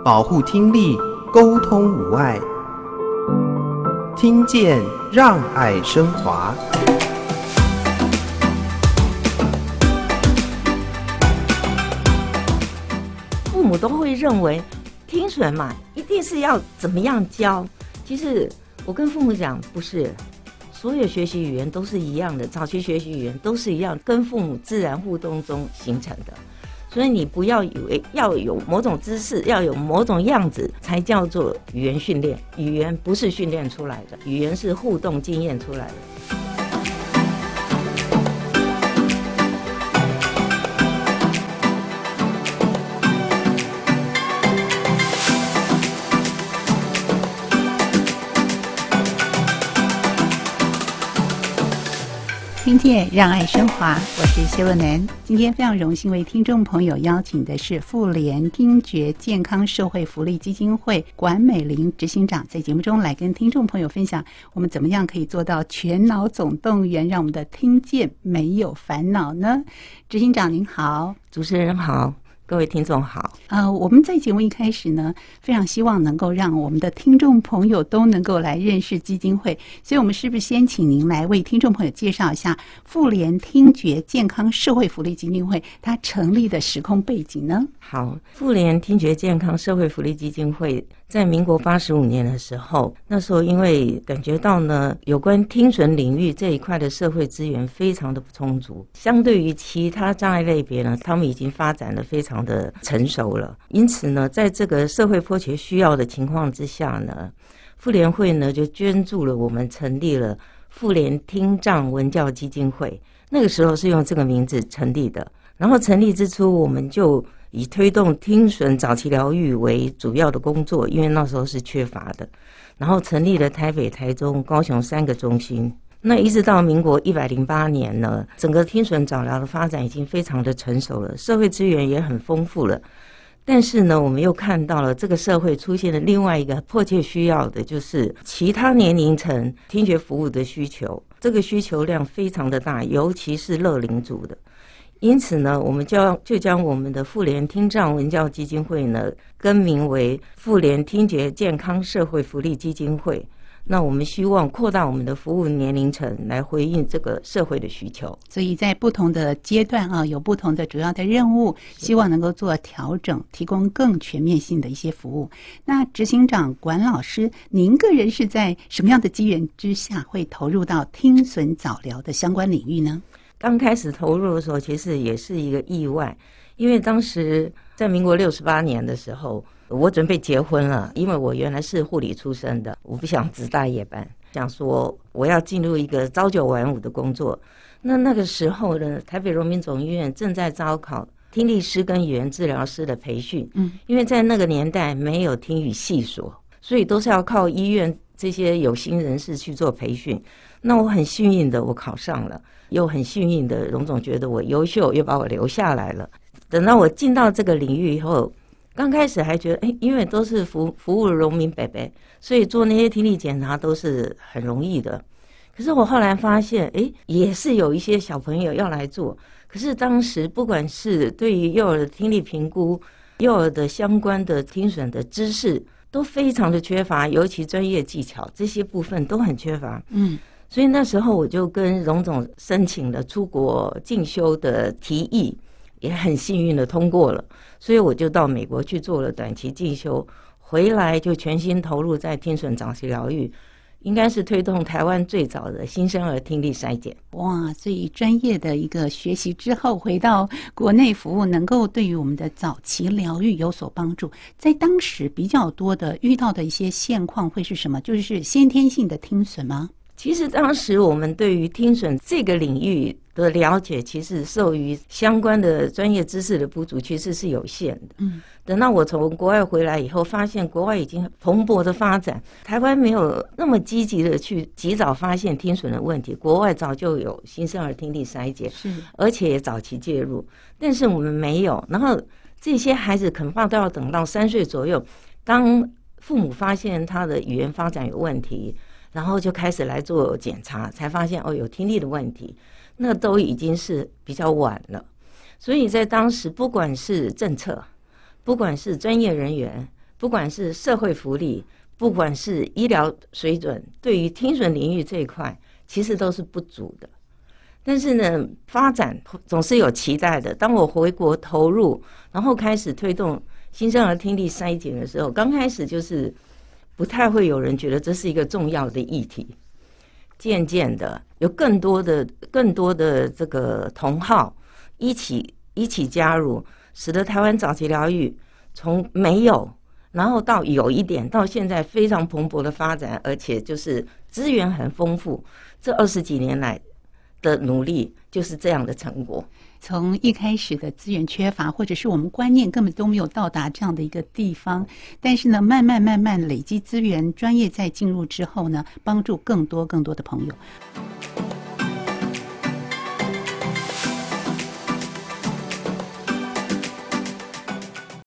保护听力，沟通无碍，听见让爱声华。 父母都会认为听损嘛，一定是要怎么样教。其实我跟父母讲，不是所有学习语言都是一样的，早期学习语言都是一样，跟父母自然互动中形成的。所以你不要以为要有某种知识，要有某种样子才叫做语言训练。语言不是训练出来的，语言是互动经验出来的。 听见让爱升华，我是谢若楠。今天非常荣幸为听众朋友邀请的是妇联听觉健康社会福利基金会管美玲执行长，在节目中来跟听众朋友分享我们怎么样可以做到全脑总动员，让我们的听见没有烦恼呢？执行长您好。 主持人好，各位听众好。 我们在节目一开始呢，非常希望能够让我们的听众朋友都能够来认识基金会，所以我们是不是先请您来为听众朋友介绍一下妇联听觉健康社会福利基金会它成立的时空背景呢？ 好，妇联听觉健康社会福利基金会在民国85年的时候，那时候因为感觉到呢，有关听损领域这一块的社会资源非常的不充足，相对于其他障碍类别呢，他们已经发展的非常的成熟了。因此呢，在这个社会迫切需要的情况之下呢，妇联会呢就捐助了我们，成立了妇联听障文教基金会。那个时候是用这个名字成立的。然后成立之初，我们就以推动听损早期疗愈为主要的工作，因为那时候是缺乏的。然后成立了台北、台中、高雄3个中心。那一直到民国108年呢，整个听损早疗的发展已经非常的成熟了，社会资源也很丰富了。但是呢，我们又看到了这个社会出现了另外一个迫切需要的，就是其他年龄层听觉服务的需求。这个需求量非常的大，尤其是乐龄组的。因此呢，我们就将我们的妇联听障文教基金会呢更名为妇联听觉健康社会福利基金会。那我们希望扩大我们的服务年龄层，来回应这个社会的需求。 所以在不同的阶段啊，有不同的主要的任务，希望能够做调整，提供更全面性的一些服务。那执行长管老师，您个人是在什么样的机缘之下会投入到听损早疗的相关领域呢？ 刚开始投入的时候，其实也是一个意外，因为当时在民国68年的时候，我准备结婚了，因为我原来是护理出身的，我不想值大夜班，想说我要进入一个朝9晚5的工作。那个时候呢，台北荣民总医院正在招考听力师跟语言治疗师的培训，因为在那个年代没有听语系所，所以都是要靠医院这些有心人士去做培训。那我很幸运的，我考上了，又很幸运的，荣总觉得我优秀，又把我留下来了。等到我进到这个领域以后，刚开始还觉得，因为都是服务荣民伯伯，所以做那些听力检查都是很容易的。可是我后来发现，也是有一些小朋友要来做。可是当时不管是对于幼儿的听力评估，幼儿的相关的听损的知识都非常的缺乏，尤其专业技巧这些部分都很缺乏。所以那时候我就跟荣总申请了出国进修的提议，也很幸运的通过了。所以我就到美国去做了短期进修，回来就全心投入在听损早期疗愈，应该是推动台湾最早的新生儿听力筛检。 哇，所以专业的一个学习之后，回到国内服务，能够对于我们的早期疗愈有所帮助。在当时比较多的遇到的一些现况会是什么？就是先天性的听损吗？ 其实当时我们对于听损这个领域的了解，其实受于相关的专业知识的不足，其实是有限的。等到我从国外回来以后，发现国外已经蓬勃的发展，台湾没有那么积极的去及早发现听损的问题，国外早就有新生儿听力筛检，而且也早期介入，但是我们没有。然后这些孩子恐怕都要等到3岁左右，当父母发现他的语言发展有问题，然后就开始来做检查，才发现有听力的问题，那都已经是比较晚了。所以在当时，不管是政策，不管是专业人员， 不管是社会福利，不管是医疗水准，对于听损领域这一块，其实都是不足的。但是呢，发展总是有期待的。当我回国投入，然后开始推动新生儿听力筛检的时候，刚开始就是不太会有人觉得这是一个重要的议题。渐渐的，有更多的这个同好一起加入，使得台湾早期疗愈从没有，然后到有一点，到现在非常蓬勃的发展，而且就是资源很丰富。这20几年来的努力就是这样的成果。 从一开始的资源缺乏，或者是我们观念根本都没有到达这样的一个地方，但是呢，慢慢累积资源，专业在进入之后呢，帮助更多的朋友。